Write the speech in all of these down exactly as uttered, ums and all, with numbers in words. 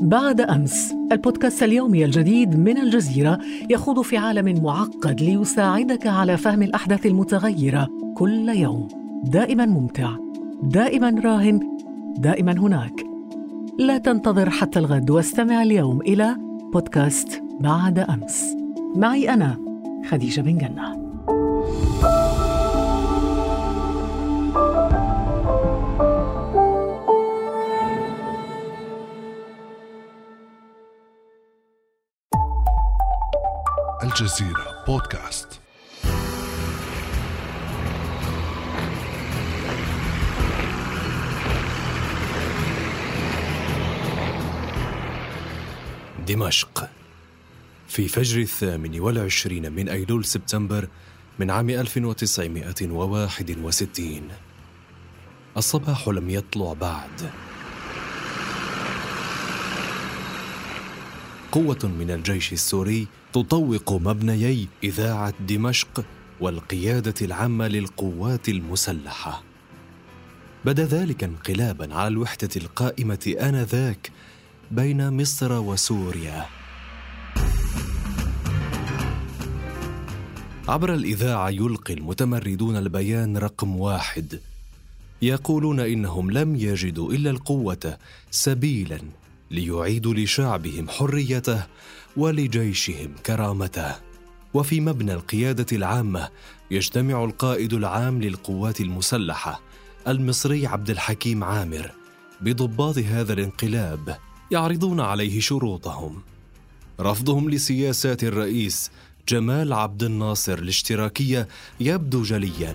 بعد أمس، البودكاست اليومي الجديد من الجزيرة يخوض في عالم معقد ليساعدك على فهم الأحداث المتغيرة كل يوم. دائما ممتع، دائما راهن، دائما هناك. لا تنتظر حتى الغد واستمع اليوم إلى بودكاست بعد أمس. معي أنا خديجة بن جنة. الجزيرة بودكاست. دمشق في فجر الثامن والعشرين من أيلول سبتمبر من عام ألف وتسعمائة وواحد وستين. الصباح لم يطلع بعد. قوة من الجيش السوري تطوق مبنيي إذاعة دمشق والقيادة العامة للقوات المسلحة. بدا ذلك انقلاباً على الوحدة القائمة آنذاك بين مصر وسوريا. عبر الإذاعة يلقي المتمردون البيان رقم واحد، يقولون إنهم لم يجدوا إلا القوة سبيلاً ليعيدوا لشعبهم حريته ولجيشهم كرامته. وفي مبنى القيادة العامة يجتمع القائد العام للقوات المسلحة المصري عبد الحكيم عامر بضباط هذا الانقلاب، يعرضون عليه شروطهم. رفضهم لسياسات الرئيس جمال عبد الناصر الاشتراكية يبدو جلياً.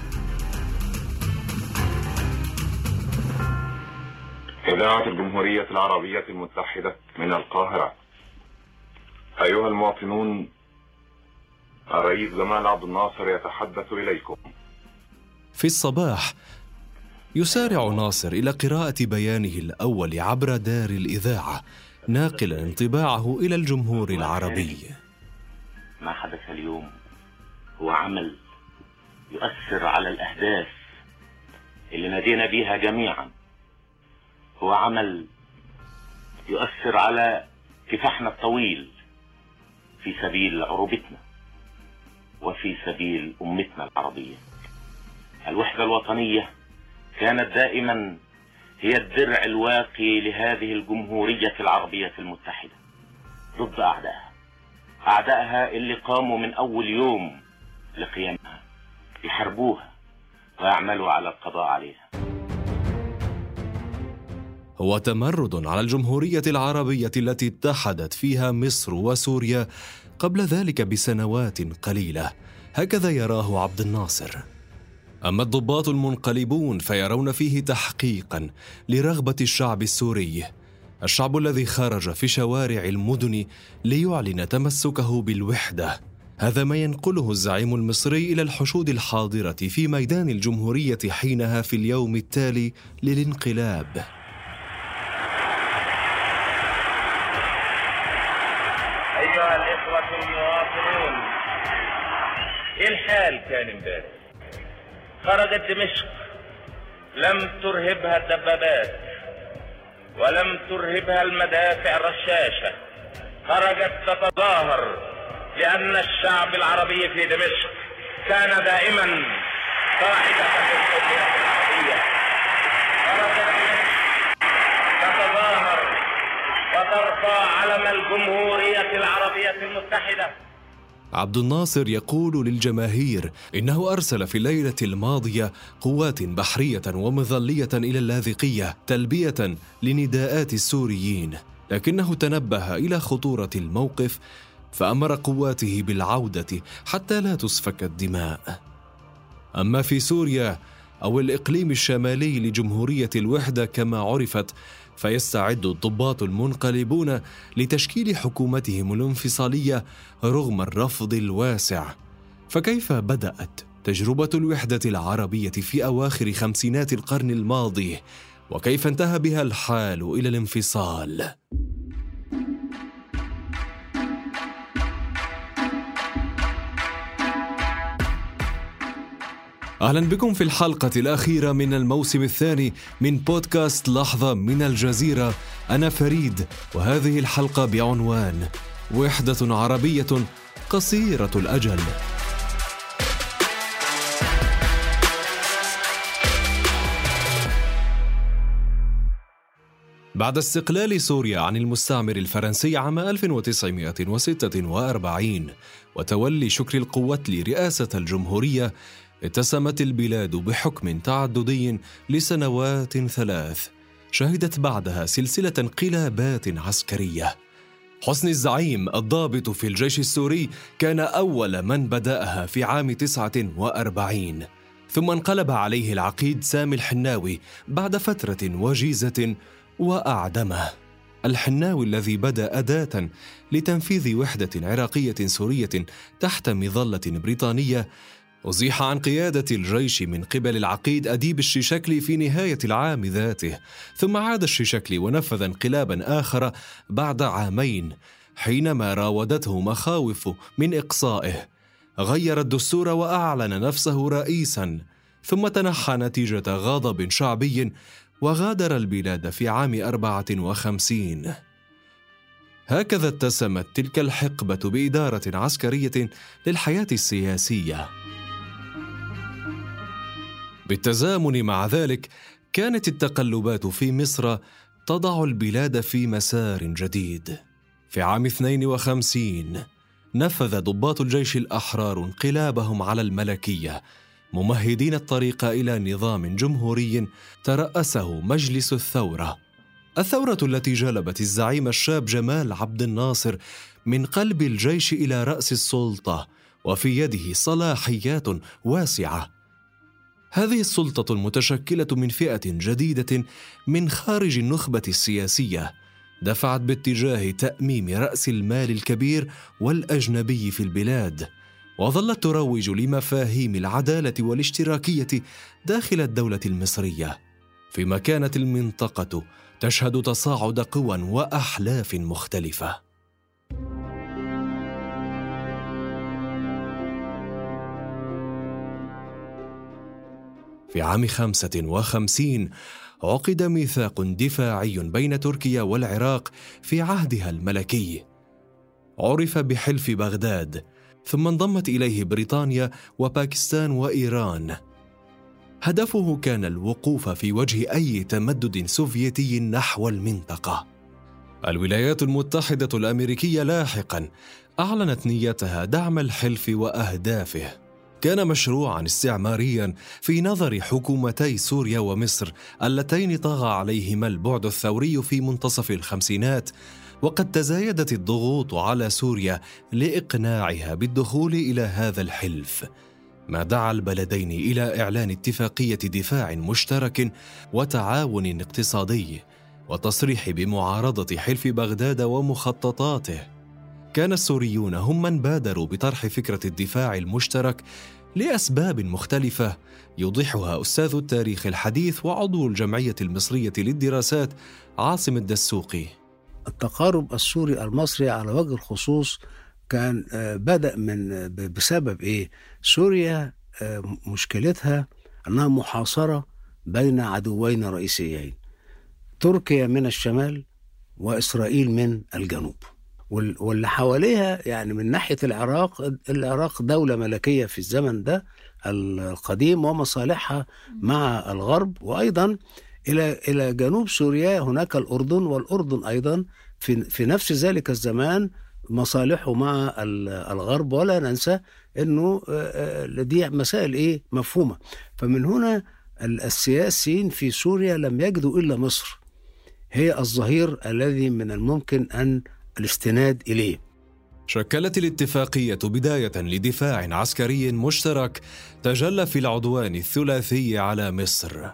إذاعة الجمهورية العربية المتحدة من القاهرة. أيها المواطنون، الرئيس جمال عبد الناصر يتحدث إليكم. في الصباح يسارع ناصر إلى قراءة بيانه الأول عبر دار الإذاعة، ناقلا انطباعه إلى الجمهور العربي. ما حدث اليوم هو عمل يؤثر على الأهداف اللي نادينا بها جميعا، هو عمل يؤثر على كفاحنا الطويل في سبيل عروبتنا وفي سبيل أمتنا العربية. الوحدة الوطنية كانت دائما هي الدرع الواقي لهذه الجمهورية العربية المتحدة ضد أعدائها، أعدائها اللي قاموا من أول يوم لقيامها يحاربوها ويعملوا على القضاء عليها. هو تمرد على الجمهورية العربية التي اتحدت فيها مصر وسوريا قبل ذلك بسنوات قليلة، هكذا يراه عبد الناصر. أما الضباط المنقلبون فيرون فيه تحقيقاً لرغبة الشعب السوري، الشعب الذي خرج في شوارع المدن ليعلن تمسكه بالوحدة. هذا ما ينقله الزعيم المصري إلى الحشود الحاضرة في ميدان الجمهورية حينها في اليوم التالي للانقلاب. أيها الإخوة المواطنون، إيه الحال كان امبارح؟ خرجت دمشق، لم ترهبها الدبابات ولم ترهبها المدافع الرشاشة، خرجت تتظاهر لأن الشعب العربي في دمشق كان دائما قاعدة للحرية العربية. خرجت تتظاهر وترفع علم الجمهورية العربية المتحدة. عبد الناصر يقول للجماهير إنه أرسل في الليلة الماضية قوات بحرية ومظلية إلى اللاذقية تلبية لنداءات السوريين، لكنه تنبه إلى خطورة الموقف فأمر قواته بالعودة حتى لا تسفك الدماء. أما في سوريا أو الإقليم الشمالي لجمهورية الوحدة كما عرفت، فيستعد الضباط المنقلبون لتشكيل حكومتهم الانفصالية رغم الرفض الواسع. فكيف بدأت تجربة الوحدة العربية في أواخر خمسينات القرن الماضي، وكيف انتهى بها الحال إلى الانفصال؟ أهلا بكم في الحلقة الأخيرة من الموسم الثاني من بودكاست لحظة من الجزيرة. أنا فريد، وهذه الحلقة بعنوان وحدة عربية قصيرة الأجل. بعد استقلال سوريا عن المستعمر الفرنسي عام ألف وتسعمائة وستة وأربعين وتولي شكري القوات لرئاسة الجمهورية، اتسمت البلاد بحكم تعددي لسنوات ثلاث، شهدت بعدها سلسلة انقلابات عسكرية. حسني الزعيم الضابط في الجيش السوري كان أول من بدأها في عام تسعة وأربعين، ثم انقلب عليه العقيد سامي الحناوي بعد فترة وجيزة وأعدمه. الحناوي الذي بدأ أداة لتنفيذ وحدة عراقية سورية تحت مظلة بريطانية، أزيح عن قيادة الجيش من قبل العقيد أديب الشيشكلي في نهاية العام ذاته، ثم عاد الشيشكلي ونفذ انقلابا آخر بعد عامين حينما راودته مخاوف من إقصائه. غير الدستور وأعلن نفسه رئيسا، ثم تنحى نتيجة غضب شعبي وغادر البلاد في عام أربعة وخمسين. هكذا اتسمت تلك الحقبة بإدارة عسكرية للحياة السياسية. بالتزامن مع ذلك كانت التقلبات في مصر تضع البلاد في مسار جديد. في عام اثنين وخمسين نفذ ضباط الجيش الأحرار انقلابهم على الملكية، ممهدين الطريق إلى نظام جمهوري ترأسه مجلس الثورة. الثورة التي جلبت الزعيم الشاب جمال عبد الناصر من قلب الجيش إلى رأس السلطة، وفي يده صلاحيات واسعة. هذه السلطة المتشكلة من فئة جديدة من خارج النخبة السياسية دفعت باتجاه تأميم رأس المال الكبير والأجنبي في البلاد، وظلت تروج لمفاهيم العدالة والاشتراكية داخل الدولة المصرية، فيما كانت المنطقة تشهد تصاعد قوى وأحلاف مختلفة. في عام خمسة وخمسين عقد ميثاق دفاعي بين تركيا والعراق في عهدها الملكي، عرف بحلف بغداد، ثم انضمت إليه بريطانيا وباكستان وإيران. هدفه كان الوقوف في وجه أي تمدد سوفيتي نحو المنطقة. الولايات المتحدة الأمريكية لاحقاً أعلنت نيتها دعم الحلف وأهدافه. كان مشروعاً استعمارياً في نظر حكومتي سوريا ومصر اللتين طغى عليهما البعد الثوري في منتصف الخمسينات، وقد تزايدت الضغوط على سوريا لإقناعها بالدخول إلى هذا الحلف، ما دعا البلدين إلى إعلان اتفاقية دفاع مشترك وتعاون اقتصادي، وتصريح بمعارضة حلف بغداد ومخططاته. كان السوريون هم من بادروا بطرح فكرة الدفاع المشترك لأسباب مختلفة يوضحها أستاذ التاريخ الحديث وعضو الجمعية المصرية للدراسات عاصم الدسوقي. التقارب السوري المصري على وجه الخصوص كان بدأ من بسبب إيه؟ سوريا مشكلتها أنها محاصرة بين عدوين رئيسيين، تركيا من الشمال وإسرائيل من الجنوب، واللي حواليها يعني من ناحية العراق. العراق دولة ملكية في الزمن ده القديم ومصالحها مع الغرب، وأيضا إلى إلى جنوب سوريا هناك الأردن، والأردن أيضا في في نفس ذلك الزمان مصالحه مع الغرب. ولا ننسى إنه دي مسائل إيه مفهومة. فمن هنا السياسيين في سوريا لم يجدوا إلا مصر هي الظهير الذي من الممكن أن الاستناد إليه. شكلت الاتفاقية بداية لدفاع عسكري مشترك تجلى في العدوان الثلاثي على مصر.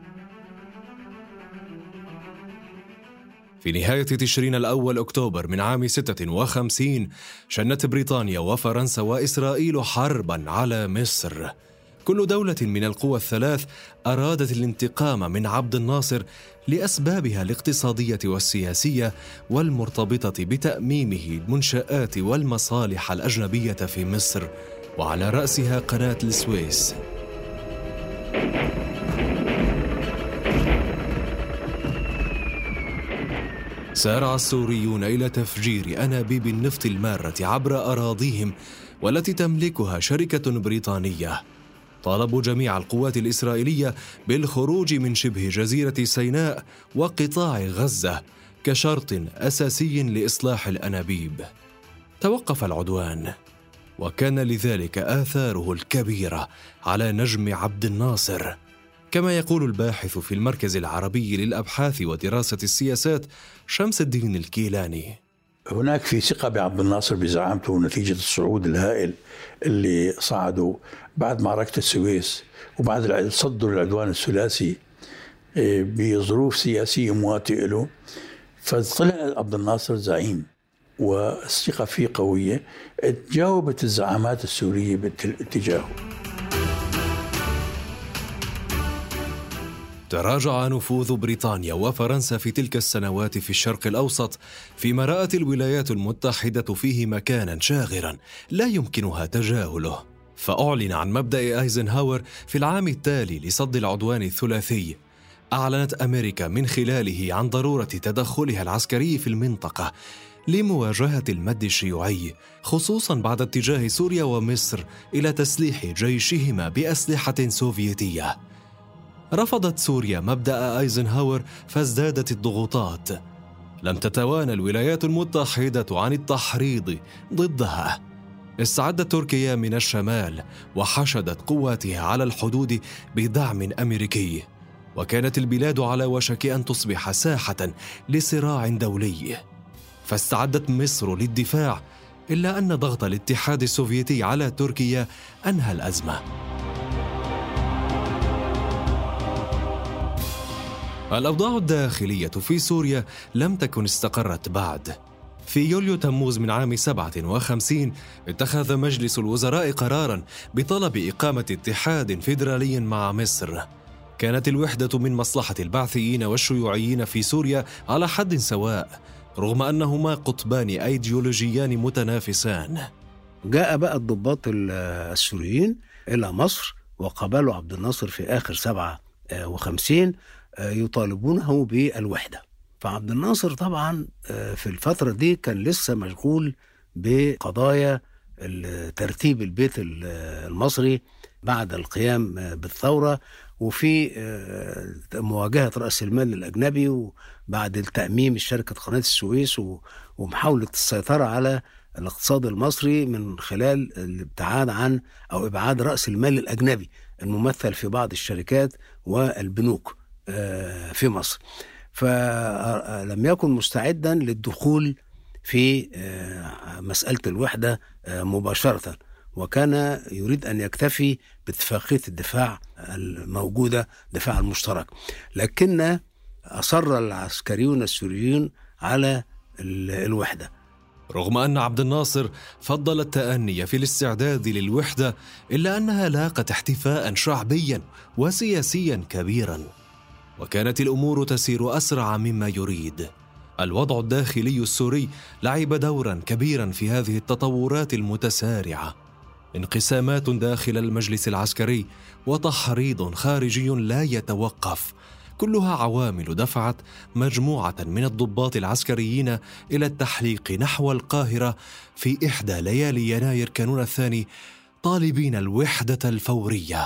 في نهاية تشرين الأول أكتوبر من عام ستة وخمسين شنت بريطانيا وفرنسا وإسرائيل حربا على مصر. كل دولة من القوى الثلاث أرادت الانتقام من عبد الناصر لأسبابها الاقتصادية والسياسية والمرتبطة بتأميمه المنشآت والمصالح الأجنبية في مصر، وعلى رأسها قناة السويس. سارع السوريون إلى تفجير أنابيب النفط المارة عبر أراضيهم والتي تملكها شركة بريطانية. طالبوا جميع القوات الإسرائيلية بالخروج من شبه جزيرة سيناء وقطاع غزة كشرط أساسي لإصلاح الأنابيب. توقف العدوان، وكان لذلك آثاره الكبيرة على نجم عبد الناصر، كما يقول الباحث في المركز العربي للأبحاث ودراسة السياسات شمس الدين الكيلاني. هناك في ثقة بعبد الناصر بزعامته نتيجة الصعود الهائل اللي صعدوا بعد معركة السويس وبعد صدر العدوان الثلاثي بظروف سياسية مواتئة له، فطلع عبد الناصر زعيم والثقة فيه قوية، تجاوبت الزعامات السورية باتجاهه. تراجع نفوذ بريطانيا وفرنسا في تلك السنوات في الشرق الأوسط، فيما رأت الولايات المتحدة فيه مكانا شاغرا لا يمكنها تجاهله. فأعلن عن مبدأ أيزنهاور في العام التالي لصد العدوان الثلاثي. أعلنت أمريكا من خلاله عن ضرورة تدخلها العسكري في المنطقة لمواجهة المد الشيوعي، خصوصا بعد اتجاه سوريا ومصر إلى تسليح جيشهما بأسلحة سوفيتية. رفضت سوريا مبدأ أيزنهاور فازدادت الضغوطات. لم تتوانى الولايات المتحدة عن التحريض ضدها. استعدت تركيا من الشمال وحشدت قواتها على الحدود بدعم أمريكي، وكانت البلاد على وشك أن تصبح ساحة لصراع دولي. فاستعدت مصر للدفاع، إلا أن ضغط الاتحاد السوفيتي على تركيا أنهى الأزمة. الأوضاع الداخلية في سوريا لم تكن استقرت بعد. في يوليو تموز من عام سبعة وخمسين اتخذ مجلس الوزراء قراراً بطلب إقامة اتحاد فيدرالي مع مصر. كانت الوحدة من مصلحة البعثيين والشيوعيين في سوريا على حد سواء، رغم أنهما قطبان أيديولوجيان متنافسان. جاء بقى الضباط السوريين إلى مصر وقابلوا عبد الناصر في آخر سبعة وخمسين يطالبونه بالوحدة. فعبد الناصر طبعا في الفترة دي كان لسه مشغول بقضايا ترتيب البيت المصري بعد القيام بالثورة، وفي مواجهة رأس المال الأجنبي، وبعد التأميم شركة قناة السويس، ومحاولة السيطرة على الاقتصاد المصري من خلال الابتعاد عن أو إبعاد رأس المال الأجنبي الممثل في بعض الشركات والبنوك في مصر. فلم يكن مستعدا للدخول في مسألة الوحدة مباشرة، وكان يريد أن يكتفي باتفاقية الدفاع الموجودة، دفاع المشترك. لكن أصر العسكريون السوريين على الوحدة، رغم أن عبد الناصر فضل التأني في الاستعداد للوحدة، إلا أنها لاقت احتفاء شعبيا وسياسيا كبيرا، وكانت الأمور تسير أسرع مما يريد. الوضع الداخلي السوري لعب دورا كبيرا في هذه التطورات المتسارعة. انقسامات داخل المجلس العسكري وتحريض خارجي لا يتوقف، كلها عوامل دفعت مجموعة من الضباط العسكريين إلى التحليق نحو القاهرة في إحدى ليالي يناير كانون الثاني، طالبين الوحدة الفورية.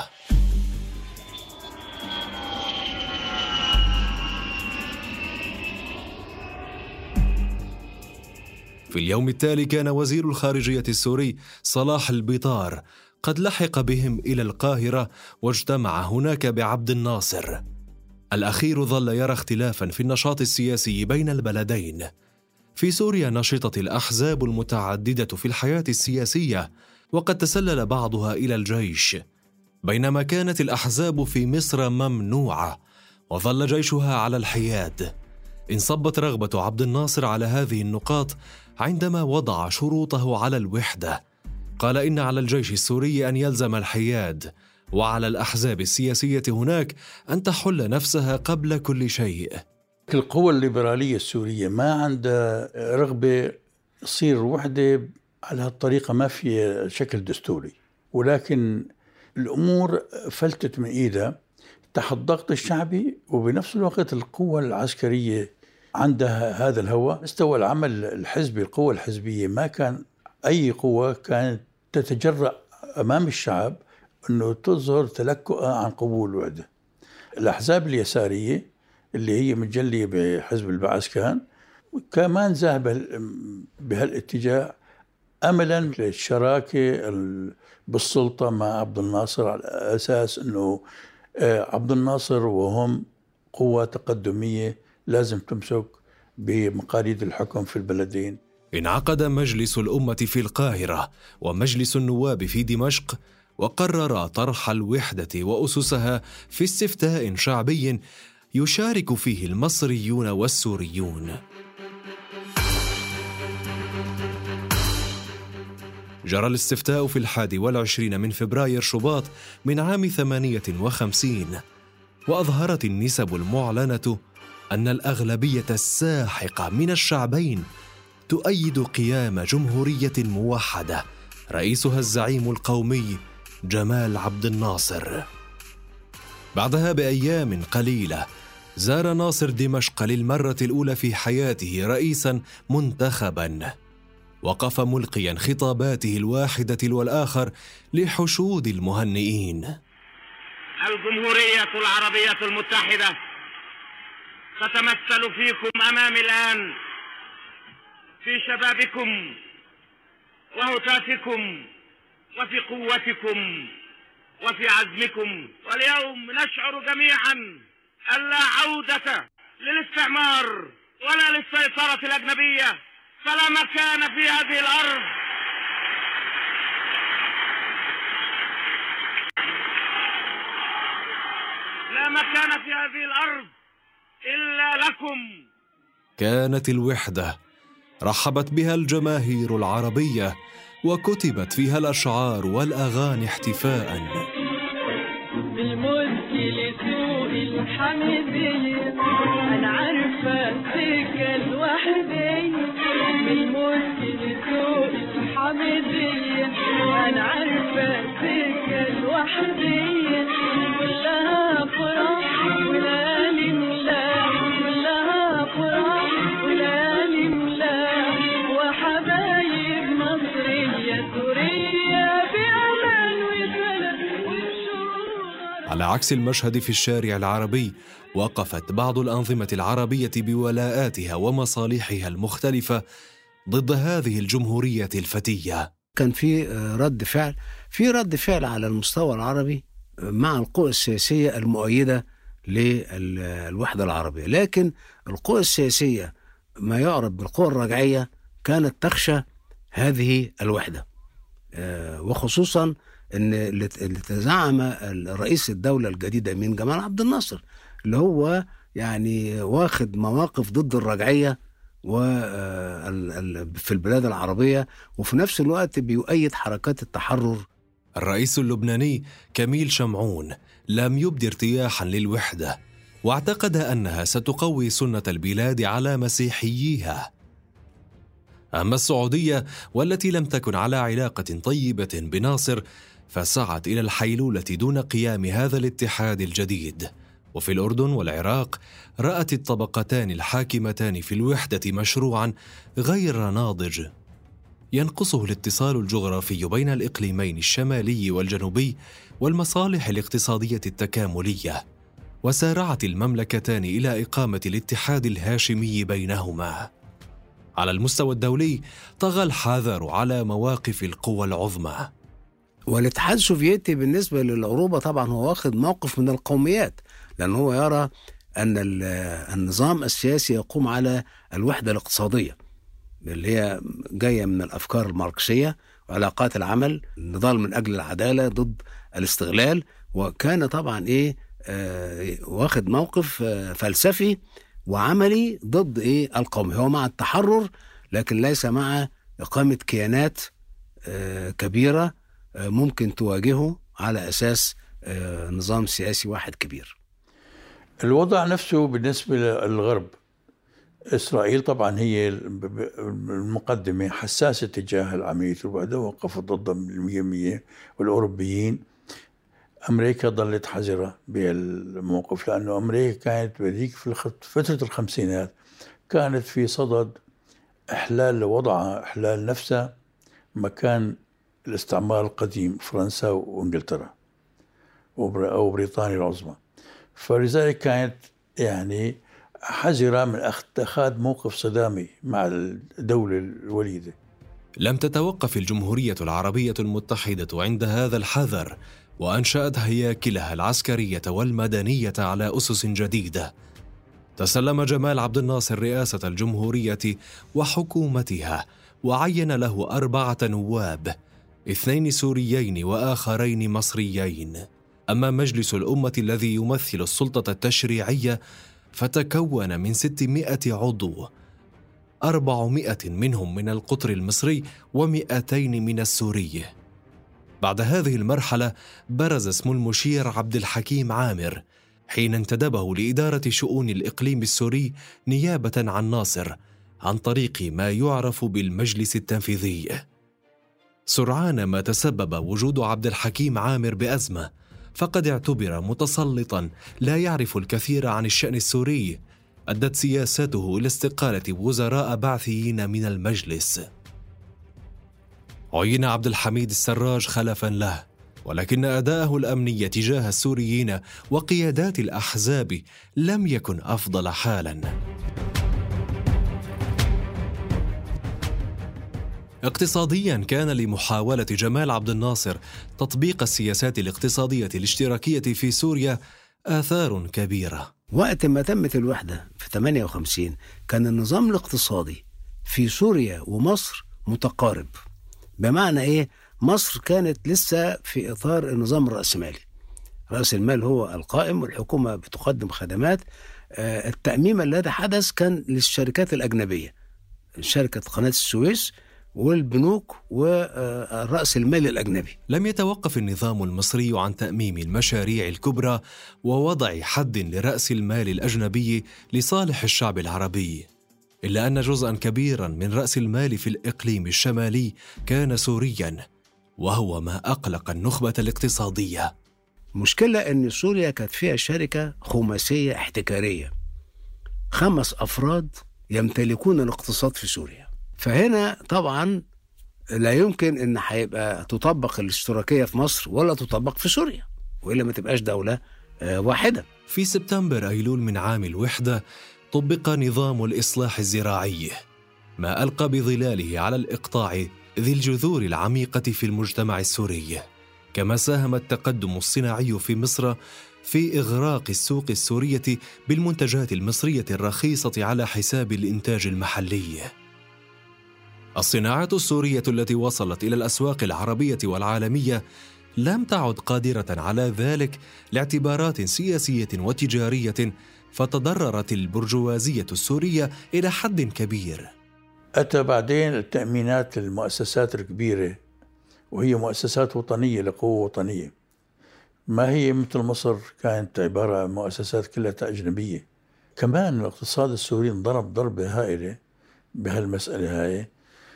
في اليوم التالي كان وزير الخارجية السوري صلاح البيطار قد لحق بهم إلى القاهرة واجتمع هناك بعبد الناصر. الأخير ظل يرى اختلافا في النشاط السياسي بين البلدين. في سوريا نشطت الأحزاب المتعددة في الحياة السياسية، وقد تسلل بعضها إلى الجيش، بينما كانت الأحزاب في مصر ممنوعة وظل جيشها على الحياد. انصبت رغبة عبد الناصر على هذه النقاط عندما وضع شروطه على الوحدة. قال إن على الجيش السوري أن يلزم الحياد، وعلى الأحزاب السياسية هناك أن تحل نفسها قبل كل شيء. القوى الليبرالية السورية ما عندها رغبة تصير وحدة على هالطريقة، ما في شكل دستوري، ولكن الأمور فلتت من إيدها تحت الضغط الشعبي، وبنفس الوقت القوى العسكرية عندها هذا الهوى. مستوى العمل الحزبي، القوة الحزبية، ما كان أي قوة كانت تتجرأ أمام الشعب أنه تظهر تلكؤها عن قبول الوحدة. الأحزاب اليسارية اللي هي متجلية بحزب البعث كان كمان ذهب بهالاتجاه أملا للشراكة بالسلطة مع عبد الناصر، على أساس أنه عبد الناصر وهم قوة تقدمية لازم تمسك بمقاليد الحكم في البلدين. انعقد مجلس الأمة في القاهرة ومجلس النواب في دمشق، وقرر طرح الوحدة وأسسها في استفتاء شعبي يشارك فيه المصريون والسوريون. جرى الاستفتاء في الحادي والعشرين من فبراير شباط من عام ثمانية وخمسين، وأظهرت النسب المعلنة أن الأغلبية الساحقة من الشعبين تؤيد قيام جمهورية موحدة رئيسها الزعيم القومي جمال عبد الناصر. بعدها بأيام قليلة زار ناصر دمشق للمرة الأولى في حياته رئيسا منتخبا، وقف ملقيا خطاباته الواحدة والآخر لحشود المهنئين. الجمهورية العربية المتحدة تتمثل فيكم أمامي الآن في شبابكم وهتافكم وفي قوتكم وفي عزمكم، واليوم نشعر جميعا أن لا عودة للاستعمار ولا للسيطرة الأجنبية، فلا مكان في هذه الأرض لا مكان في هذه الأرض إلا لكم. كانت الوحدة رحبت بها الجماهير العربية، وكتبت فيها الأشعار والأغاني احتفاء. بالملك لسوء الحمدية أنا عارفة السكة الوحدية، بالملك لسوء الحمدية أنا عارفة السكة الوحدية، كلها فرح وليالي ملاح، كلها فرح وليالي ملاح، وحبايب مصرية سورية بأمان وسلام والشهور. على عكس المشهد في الشارع العربي، وقفت بعض الأنظمة العربية بولاءاتها ومصالحها المختلفة ضد هذه الجمهورية الفتية. كان في رد فعل في رد فعل على المستوى العربي مع القوى السياسية المؤيدة للوحدة العربية، لكن القوى السياسية ما يعرف بالقوى الرجعية كانت تخشى هذه الوحدة، وخصوصا أن اللي تزعم الرئيس الدولة الجديدة من جمال عبد الناصر، اللي هو يعني واخد مواقف ضد الرجعية وفي البلاد العربية، وفي نفس الوقت بيؤيد حركات التحرر. الرئيس اللبناني كميل شمعون لم يبدي ارتياحا للوحدة، واعتقد أنها ستقوي سنة البلاد على مسيحييها. أما السعودية والتي لم تكن على علاقة طيبة بناصر فسعت إلى الحيلولة دون قيام هذا الاتحاد الجديد. وفي الأردن والعراق رأت الطبقتان الحاكمتان في الوحدة مشروعا غير ناضج ينقصه الاتصال الجغرافي بين الإقليمين الشمالي والجنوبي والمصالح الاقتصادية التكاملية، وسارعت المملكتان إلى إقامة الاتحاد الهاشمي بينهما. على المستوى الدولي طغى الحذر على مواقف القوى العظمى، والاتحاد السوفيتي بالنسبة للعروبة طبعا هو واخد موقف من القوميات، لأن هو يرى أن النظام السياسي يقوم على الوحدة الاقتصادية اللي هي جاية من الأفكار الماركسية وعلاقات العمل، النضال من أجل العدالة ضد الاستغلال. وكان طبعا إيه آه واخد موقف آه فلسفي وعملي ضد إيه القوم، هو مع التحرر لكن ليس مع إقامة كيانات آه كبيرة آه ممكن تواجهه على أساس آه نظام سياسي واحد كبير. الوضع نفسه بالنسبة للغرب، إسرائيل طبعا هي المقدمة حساسة تجاه العملية الوحدة، وقفت ضدهم المية مية، والأوروبيين أمريكا ظلت حذرة بالموقف، لأنه أمريكا كانت بذيك في فترة الخمسينات كانت في صدد إحلال وضعها إحلال نفسها مكان الاستعمار القديم فرنسا وإنجلترا أو بريطانيا العظمى. فلذلك كانت يعني حذرة من اتخاذ موقف صدامي مع الدولة الوليدة. لم تتوقف الجمهورية العربية المتحدة عند هذا الحذر، وأنشأت هياكلها العسكرية والمدنية على أسس جديدة. تسلم جمال عبد الناصر رئاسة الجمهورية وحكومتها، وعين له أربعة نواب، اثنين سوريين وآخرين مصريين. أما مجلس الأمة الذي يمثل السلطة التشريعية فتكون من ستمائة عضو، أربعمائة منهم من القطر المصري ومئتين من السوري. بعد هذه المرحلة برز اسم المشير عبد الحكيم عامر حين انتدبه لإدارة شؤون الإقليم السوري نيابة عن ناصر عن طريق ما يعرف بالمجلس التنفيذي. سرعان ما تسبب وجود عبد الحكيم عامر بأزمة، فقد اعتبر متسلطاً لا يعرف الكثير عن الشأن السوري. أدت سياسته إلى استقالة وزراء بعثيين من المجلس. عين عبد الحميد السراج خلفاً له، ولكن أداءه الأمني تجاه السوريين وقيادات الأحزاب لم يكن أفضل حالاً. اقتصادياً كان لمحاولة جمال عبد الناصر تطبيق السياسات الاقتصادية الاشتراكية في سوريا آثار كبيرة. وقت ما تمت الوحدة في ثمانية وخمسين كان النظام الاقتصادي في سوريا ومصر متقارب. بمعنى إيه؟ مصر كانت لسه في إطار النظام الرأسمالي، رأس المال هو القائم والحكومة بتقدم خدمات. التأميم الذي حدث كان للشركات الأجنبية، شركة قناة السويس والبنوك والرأس المال الأجنبي. لم يتوقف النظام المصري عن تأميم المشاريع الكبرى ووضع حد لرأس المال الأجنبي لصالح الشعب العربي، إلا أن جزءاً كبيراً من رأس المال في الإقليم الشمالي كان سورياً، وهو ما أقلق النخبة الاقتصادية. مشكلة أن سوريا كانت فيها شركة خماسية احتكارية، خمس أفراد يمتلكون الاقتصاد في سوريا. فهنا طبعا لا يمكن ان هيبقى تطبق الاشتراكية في مصر ولا تطبق في سوريا، وإلا ما تبقاش دولة واحدة. في سبتمبر أيلول من عام الوحدة طبق نظام الإصلاح الزراعي، ما ألقى بظلاله على الإقطاع ذي الجذور العميقة في المجتمع السوري. كما ساهم التقدم الصناعي في مصر في إغراق السوق السورية بالمنتجات المصرية الرخيصة على حساب الإنتاج المحلي. الصناعة السورية التي وصلت إلى الأسواق العربية والعالمية لم تعد قادرة على ذلك لاعتبارات سياسية وتجارية، فتضررت البرجوازية السورية إلى حد كبير. أتى بعدين التأمينات المؤسسات الكبيرة، وهي مؤسسات وطنية لقوة وطنية، ما هي مثل مصر كانت عبارة عن مؤسسات كلها أجنبية. كمان الاقتصاد السوري انضرب ضربة هائلة بهالمسألة هاي،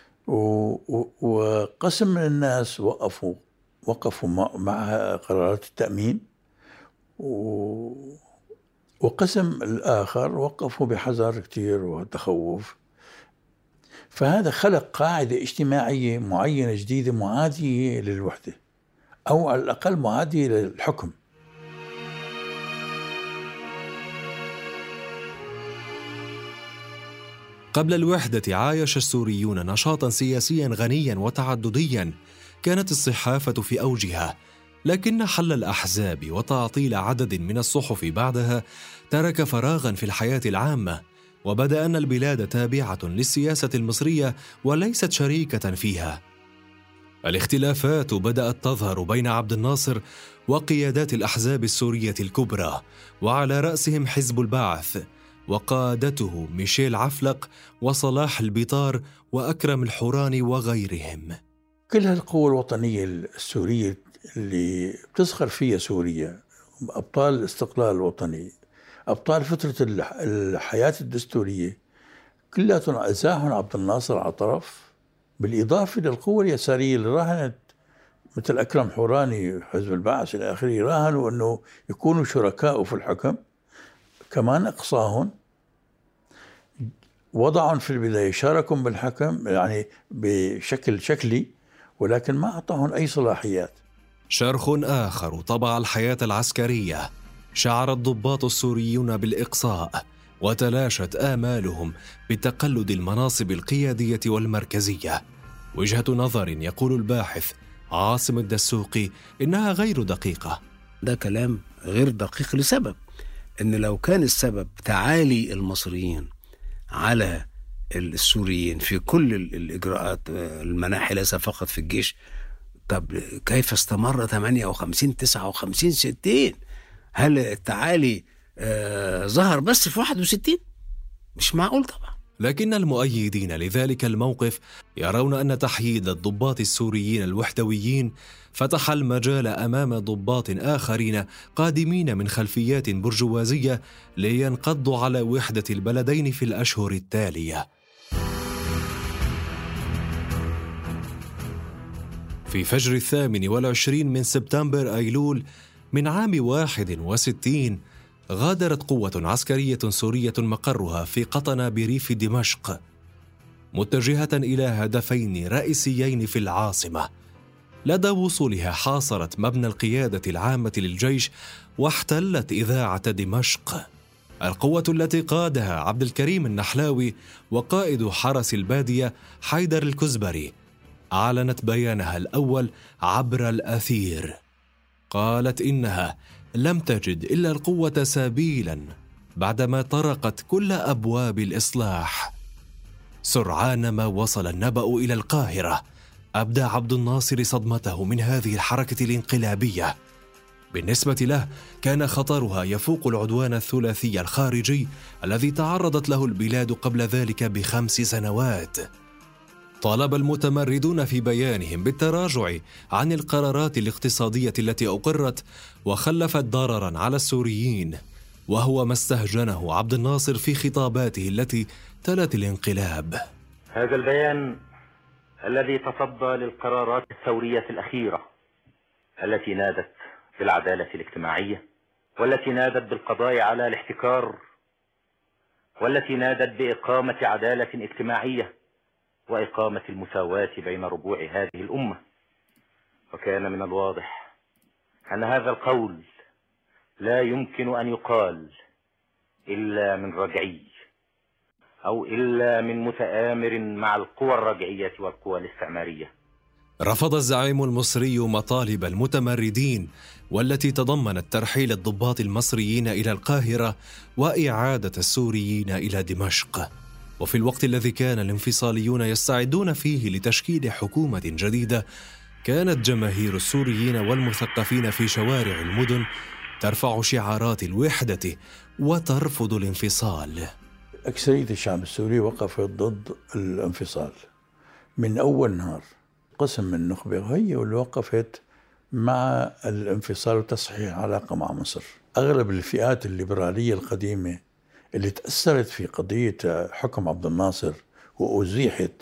وقسم من الناس وقفوا وقفوا مع قرارات التأمين، وقسم الآخر وقفوا بحذر كتير وتخوف. فهذا خلق قاعدة اجتماعية معينة جديدة معادية للوحدة، أو على الأقل معادية للحكم. قبل الوحدة عايش السوريون نشاطاً سياسياً غنياً وتعددياً، كانت الصحافة في أوجها، لكن حل الأحزاب وتعطيل عدد من الصحف بعدها ترك فراغاً في الحياة العامة، وبدأ أن البلاد تابعة للسياسة المصرية وليست شريكة فيها. الاختلافات بدأت تظهر بين عبد الناصر وقيادات الأحزاب السورية الكبرى، وعلى رأسهم حزب البعث وقادته ميشيل عفلق وصلاح البطار وأكرم الحوراني وغيرهم. كل هالقوة الوطنية السورية اللي بتزخر فيها سوريا، أبطال الاستقلال الوطني، أبطال فترة الحياة الدستورية، كلاتهم أزاحهم عبد الناصر على طرف، بالإضافة للقوة اليسارية اللي راهنت مثل أكرم حوراني حزب البعث إلى آخره، راهنوا أنه يكونوا شركاء في الحكم، كمان أقصاهم. وضعهم في البداية شاركوا بالحكم يعني بشكل شكلي، ولكن ما أعطاهم أي صلاحيات. شرخ آخر طبع الحياة العسكرية. شعر الضباط السوريون بالإقصاء، وتلاشت آمالهم بتقلد المناصب القيادية والمركزية. وجهة نظر يقول الباحث عاصم الدسوقي إنها غير دقيقة. ده كلام غير دقيق لسبب إن لو كان السبب تعالي المصريين على السوريين في كل الإجراءات، المناحل فقط في الجيش، طب كيف استمر ثمانية وخمسين تسعة وخمسين ستين؟ هل التعالي آه ظهر بس في واحد وستين؟ مش معقول طبعا. لكن المؤيدين لذلك الموقف يرون أن تحييد الضباط السوريين الوحدويين فتح المجال أمام ضباط آخرين قادمين من خلفيات برجوازية لينقضوا على وحدة البلدين في الأشهر التالية. في فجر الثامن والعشرين من سبتمبر أيلول من عام واحد وستين غادرت قوة عسكرية سورية مقرها في قطنة بريف دمشق متجهة إلى هدفين رئيسيين في العاصمة. لدى وصولها حاصرت مبنى القيادة العامة للجيش واحتلت إذاعة دمشق. القوة التي قادها عبد الكريم النحلاوي وقائد حرس البادية حيدر الكزبري أعلنت بيانها الأول عبر الأثير. قالت إنها لم تجد إلا القوة سبيلا بعدما طرقت كل أبواب الإصلاح. سرعان ما وصل النبأ إلى القاهرة أبدى عبد الناصر صدمته من هذه الحركة الانقلابية. بالنسبة له كان خطرها يفوق العدوان الثلاثي الخارجي الذي تعرضت له البلاد قبل ذلك بخمس سنوات. طالب المتمردون في بيانهم بالتراجع عن القرارات الاقتصادية التي أقرت وخلفت ضررا على السوريين، وهو ما استهجنه عبد الناصر في خطاباته التي تلت الانقلاب. هذا البيان الذي تصدى للقرارات الثورية الأخيرة التي نادت بالعدالة الاجتماعية، والتي نادت بالقضاء على الاحتكار، والتي نادت بإقامة عدالة اجتماعية وإقامة المساواة بين ربوع هذه الأمة. وكان من الواضح أن هذا القول لا يمكن أن يقال إلا من رجعي أو إلا من متآمر مع القوى الرجعية والقوى الاستعمارية. رفض الزعيم المصري مطالب المتمردين والتي تضمنت ترحيل الضباط المصريين إلى القاهرة وإعادة السوريين إلى دمشق. وفي الوقت الذي كان الانفصاليون يستعدون فيه لتشكيل حكومة جديدة، كانت جماهير السوريين والمثقفين في شوارع المدن ترفع شعارات الوحدة وترفض الانفصال. أكثرية الشعب السوري وقفت ضد الانفصال من أول نهار. قسم من النخبة هي واللي وقفت مع الانفصال وتصحيح العلاقة مع مصر. أغلب الفئات الليبرالية القديمة اللي تأثرت في قضية حكم عبد الناصر وأزيحت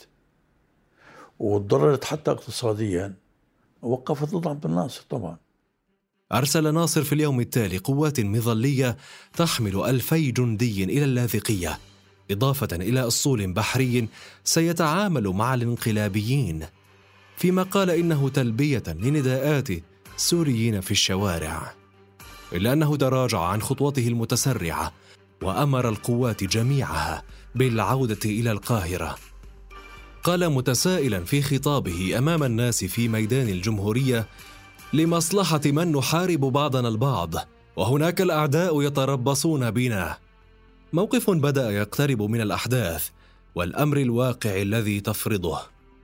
وتضررت حتى اقتصاديا وقفت ضد عبد الناصر طبعا. أرسل ناصر في اليوم التالي قوات مظلية تحمل ألفي جندي إلى اللاذقية، إضافة إلى أسطول بحري سيتعامل مع الانقلابيين، فيما قال إنه تلبية لنداءات سوريين في الشوارع. إلا أنه تراجع عن خطوته المتسرعة وأمر القوات جميعها بالعودة إلى القاهرة. قال متسائلا في خطابه أمام الناس في ميدان الجمهورية: لمصلحة من نحارب بعضنا البعض وهناك الأعداء يتربصون بنا. موقف بدأ يقترب من الأحداث والأمر الواقع الذي تفرضه.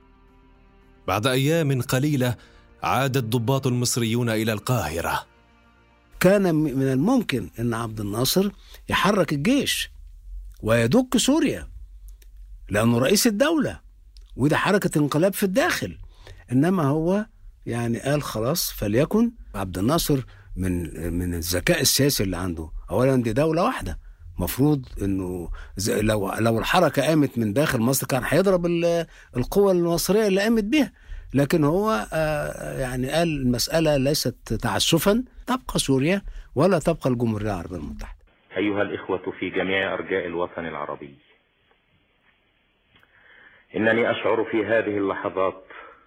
بعد أيام قليلة عاد الضباط المصريون إلى القاهرة. كان من الممكن أن عبد الناصر يحرك الجيش ويدك سوريا لأنه رئيس الدولة، وده حركة انقلاب في الداخل. إنما هو يعني قال خلاص فليكن. عبد الناصر من من الذكاء السياسي اللي عنده، أولا دي دولة واحدة، مفروض إنه لو لو الحركة قامت من داخل مصر كان هيضرب القوة المصرية اللي قامت بها، لكن هو يعني قال المسألة ليست تعسفا، تبقى سوريا ولا تبقى الجمهورية العربية المتحدة. أيها الإخوة في جميع أرجاء الوطن العربي، إنني أشعر في هذه اللحظات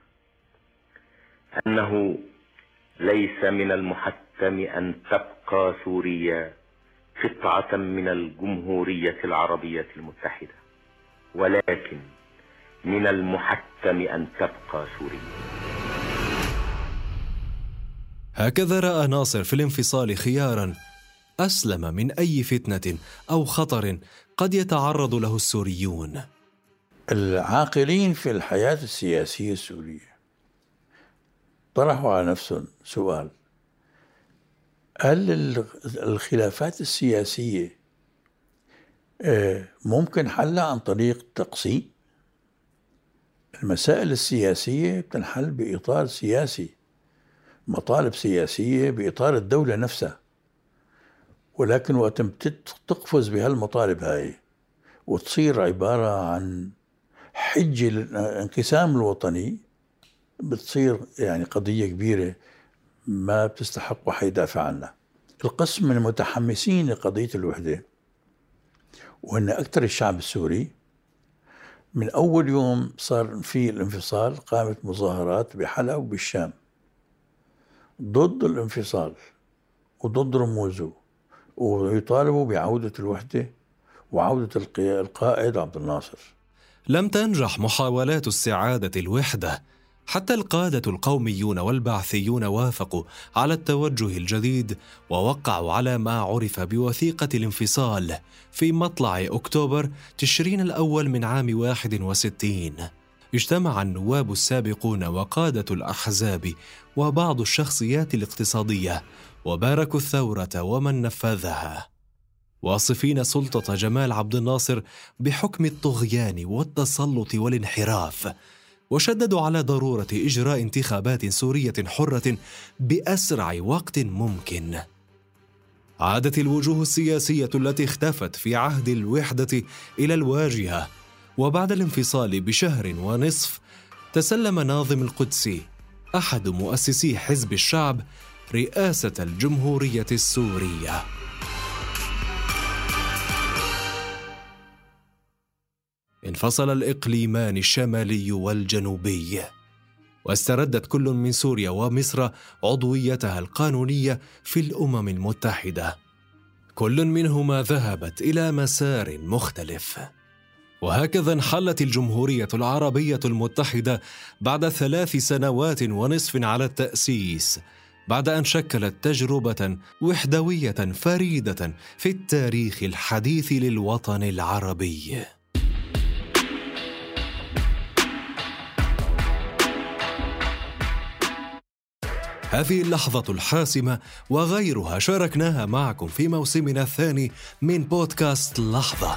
أنه ليس من المحتم أن تبقى سوريا قطعة من الجمهورية العربية المتحدة، ولكن من المحتم أن تبقى سوريا. هكذا رأى ناصر في الانفصال خياراً أسلم من أي فتنة أو خطر قد يتعرض له السوريون. العاقلين في الحياة السياسية السورية طرحوا على نفسهم سؤال: هل الخلافات السياسية ممكن حلها عن طريق تقسيم؟ المسائل السياسية بتنحل بإطار سياسي، مطالب سياسية بإطار الدولة نفسها، ولكن وقت تقفز بهالمطالب هاي وتصير عبارة عن حجة الانقسام الوطني، بتصير يعني قضية كبيرة ما بتستحق واحد يدافع عنها. القسم من المتحمسين لقضية الوحدة، وأن أكثر الشعب السوري من أول يوم صار في الانفصال قامت مظاهرات بحلب وبالشام ضد الانفصال وضد رموزه، ويطالبوا بعودة الوحدة وعودة القائد عبد الناصر. لم تنجح محاولات استعادة الوحدة، حتى القادة القوميون والبعثيون وافقوا على التوجه الجديد ووقعوا على ما عرف بوثيقة الانفصال في مطلع أكتوبر تشرين الأول من عام واحد وستين. اجتمع النواب السابقون وقادة الأحزاب وبعض الشخصيات الاقتصادية وباركوا الثورة ومن نفذها، واصفين سلطة جمال عبد الناصر بحكم الطغيان والتسلط والانحراف، وشددوا على ضرورة إجراء انتخابات سورية حرة بأسرع وقت ممكن. عادت الوجوه السياسية التي اختفت في عهد الوحدة إلى الواجهة، وبعد الانفصال بشهر ونصف تسلم ناظم القدسي أحد مؤسسي حزب الشعب رئاسة الجمهورية السورية. انفصل الإقليمان الشمالي والجنوبي، واستردت كل من سوريا ومصر عضويتها القانونية في الأمم المتحدة، كل منهما ذهبت إلى مسار مختلف. وهكذا انحلت الجمهورية العربية المتحدة بعد ثلاث سنوات ونصف على التأسيس، بعد أن شكلت تجربة وحدوية فريدة في التاريخ الحديث للوطن العربي. هذه اللحظة الحاسمة وغيرها شاركناها معكم في موسمنا الثاني من بودكاست لحظة.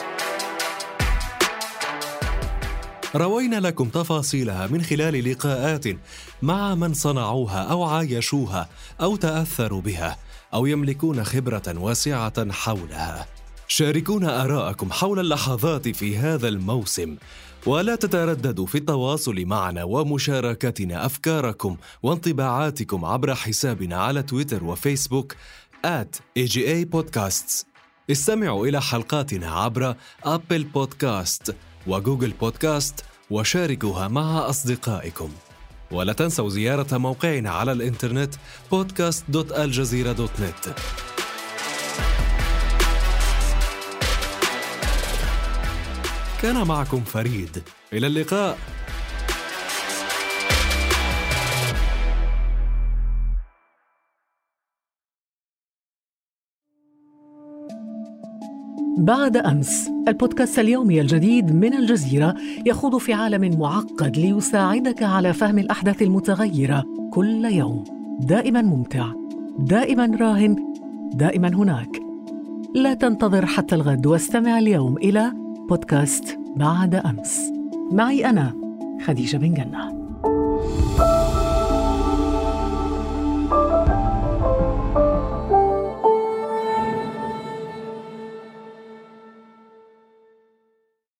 روينا لكم تفاصيلها من خلال لقاءات مع من صنعوها أو عايشوها أو تأثروا بها أو يملكون خبرة واسعة حولها. شاركونا آراءكم حول اللحظات في هذا الموسم، ولا تترددوا في التواصل معنا ومشاركتنا أفكاركم وانطباعاتكم عبر حسابنا على تويتر وفيسبوك آت إيه جي إيه بودكاستس. استمعوا إلى حلقاتنا عبر أبل بودكاست وجوجل بودكاست وشاركوها مع أصدقائكم. ولا تنسوا زيارة موقعنا على الإنترنت بودكاست دوت الجزيرة دوت نت. كان معكم فريد، إلى اللقاء. بعد أمس، البودكاست اليومي الجديد من الجزيرة يخوض في عالم معقد ليساعدك على فهم الأحداث المتغيرة كل يوم. دائما ممتع، دائما راهن، دائما هناك. لا تنتظر حتى الغد واستمع اليوم إلى بودكاست بعد أمس. معي أنا خديجة بن جنة.